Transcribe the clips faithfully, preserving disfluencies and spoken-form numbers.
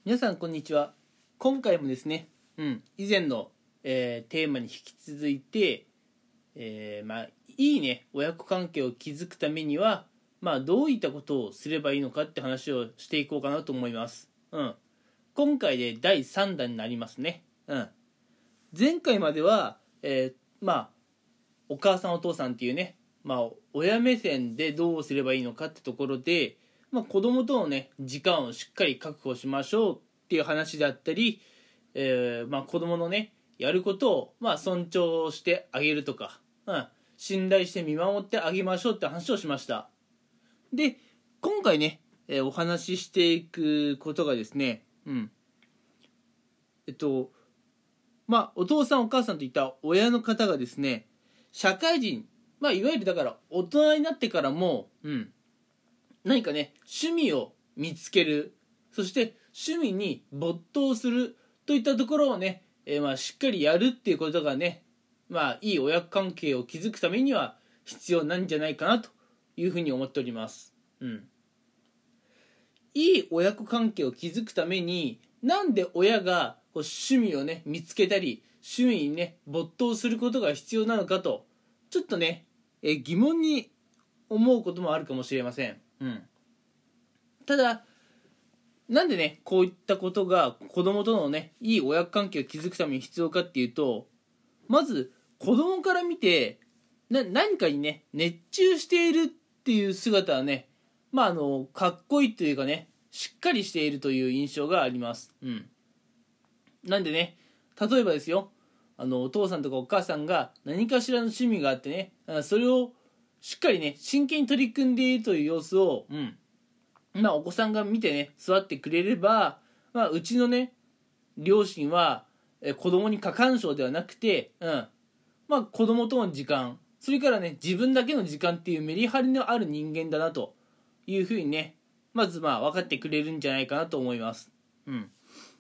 皆さんこんにちは。今回もですね、うん、以前の、えーテーマに引き続いて、えーまあいいね親子関係を築くためには、まあどういったことをすればいいのかって話をしていこうかなと思います。うん、今回でだいさんだんになりますね。うん、前回までは、えーまあお母さんお父さんっていうね、まあ親目線でどうすればいいのかってところで、まあ、子供とのね時間をしっかり確保しましょうっていう話であったり、えーまあ、子供のねやることを、まあ、尊重してあげるとか、うん、信頼して見守ってあげましょうって話をしました。で今回ね、えーお話ししていくことがですね、うんえっとまあお父さんお母さんといった親の方がですね、社会人、まあいわゆるだから大人になってからも、うん何かね趣味を見つける、そして趣味に没頭するといったところをね、えーまあしっかりやるっていうことがね、まあいい親子関係を築くためには必要なんじゃないかなというふうに思っております。うん、いい親子関係を築くためになんで親がこう趣味をね見つけたり趣味にね没頭することが必要なのかと、ちょっとね、えー疑問に思うこともあるかもしれません。うん、ただなんでねこういったことが子供とのねいい親子関係を築くために必要かっていうと、まず子供から見てな何かにね熱中しているっていう姿はね、まああのかっこいいというかね、しっかりしているという印象があります。うん、なんでね、例えばですよ、あのお父さんとかお母さんが何かしらの趣味があってね、それをしっかりね真剣に取り組んでいるという様子を、うんまあ、お子さんが見てね座ってくれれば、まあ、うちのね両親はえ子供に過干渉ではなくて、うんまあ、子供との時間、それからね自分だけの時間っていうメリハリのある人間だなというふうにね、まずまあ分かってくれるんじゃないかなと思います。うん、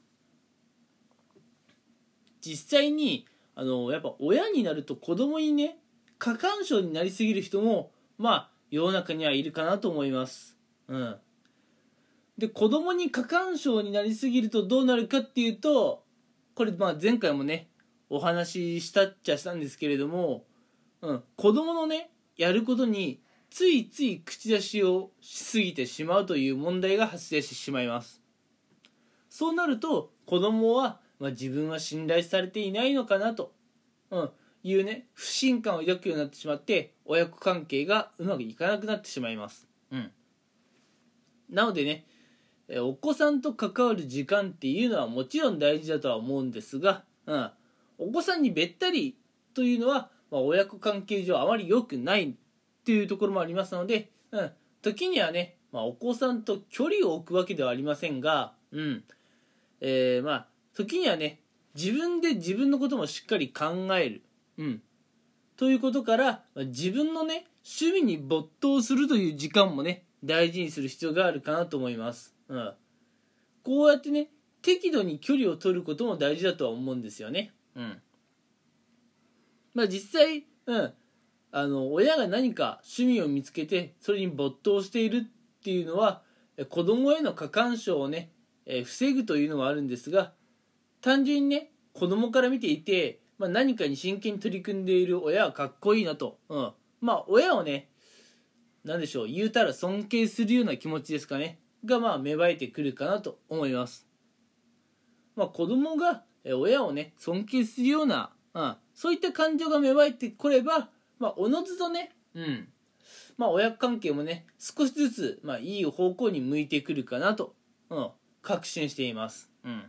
実際にあのやっぱ親になると子供にね過干渉になりすぎる人もまあ世の中にはいるかなと思います。うんで子供に過干渉になりすぎるとどうなるかっていうと、これまあ前回もねお話ししたっちゃしたんですけれども、うん、子供のねやることについつい口出しをしすぎてしまうという問題が発生してしまいます。そうなると子供は、まあ、自分は信頼されていないのかなと、うん、いうね不信感を抱くようになってしまって親子関係がうまくいかなくなってしまいます。うん、なのでね、お子さんと関わる時間っていうのはもちろん大事だとは思うんですが、うん、お子さんにべったりというのは、まあ、親子関係上あまり良くないっていうところもありますので、うん、時にはね、まあ、お子さんと距離を置くわけではありませんが、うんえー、まあ時にはね自分で自分のこともしっかり考える、うん、ということから、自分のね趣味に没頭するという時間もね大事にする必要があるかなと思います。うん、こうやってね適度に距離を取ることも大事だとは思うんですよね。うんまあ、実際、うん、あの親が何か趣味を見つけてそれに没頭しているっていうのは子供への過干渉をね、えー防ぐというのはあるんですが、単純にね子供から見ていて、まあ、何かに真剣に取り組んでいる親はかっこいいなと、うん、まあ親をね何でしょう言うたら尊敬するような気持ちですかねがまあ芽生えてくるかなと思います。まあ、子供が親をね尊敬するような、うん、そういった感情が芽生えてこれば、まあ、おのずとね、うんまあ、親子関係もね少しずつ、まあ、いい方向に向いてくるかなと、うん、確信しています。うん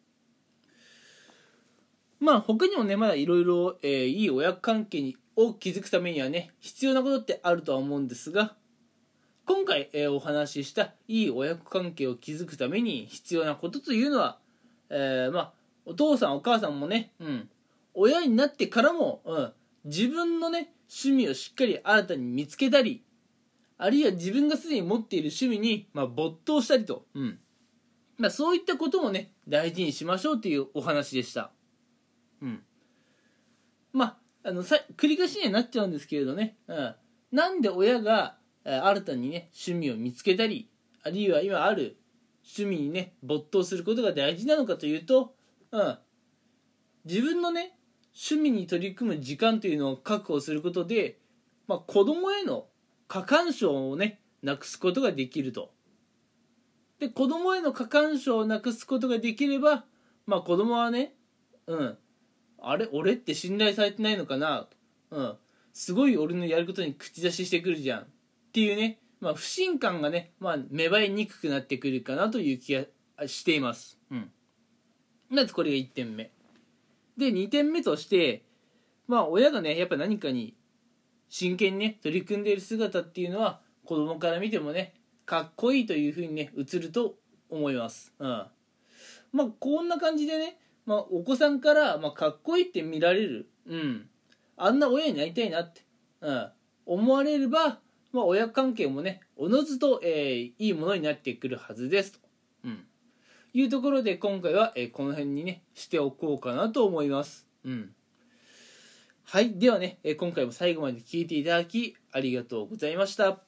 まあ他にもねまだいろいろいい親子関係を築くためにはね必要なことってあるとは思うんですが、今回、えー、お話ししたいい親子関係を築くために必要なことというのは、えー、まあお父さんお母さんもね、うん、親になってからも、うん、自分のね趣味をしっかり新たに見つけたり、あるいは自分がすでに持っている趣味に、まあ、没頭したりと、うんまあ、そういったこともね大事にしましょうというお話でした。うんまああのさ繰り返しにはなっちゃうんですけれどね、うん、なんで親が新たにね趣味を見つけたり、あるいは今ある趣味にね没頭することが大事なのかというと、うん、自分のね趣味に取り組む時間というのを確保することで、まあ、子供への過干渉をねなくすことができると。で子供への過干渉をなくすことができれば、まあ、子供はね、うん、あれ俺って信頼されてないのかなと、うん、すごい俺のやることに口出ししてくるじゃんっていうね、まあ、不信感がね、まあ、芽生えにくくなってくるかなという気がしています。うん、まずこれがいってんめで、にてんめとして、まあ親がねやっぱ何かに真剣にね取り組んでいる姿っていうのは子供から見てもねかっこいいというふうにね映ると思います。うん、まあこんな感じでね、まあ、お子さんから、まあ、かっこいいって見られる、うん、あんな親になりたいなって、うん、思われれば、まあ、親関係もねおのずと、えー、いいものになってくるはずですと、うん、いうところで今回は、えー、この辺にねしておこうかなと思います。うん、はい、ではね、えー、今回も最後まで聞いていただきありがとうございました。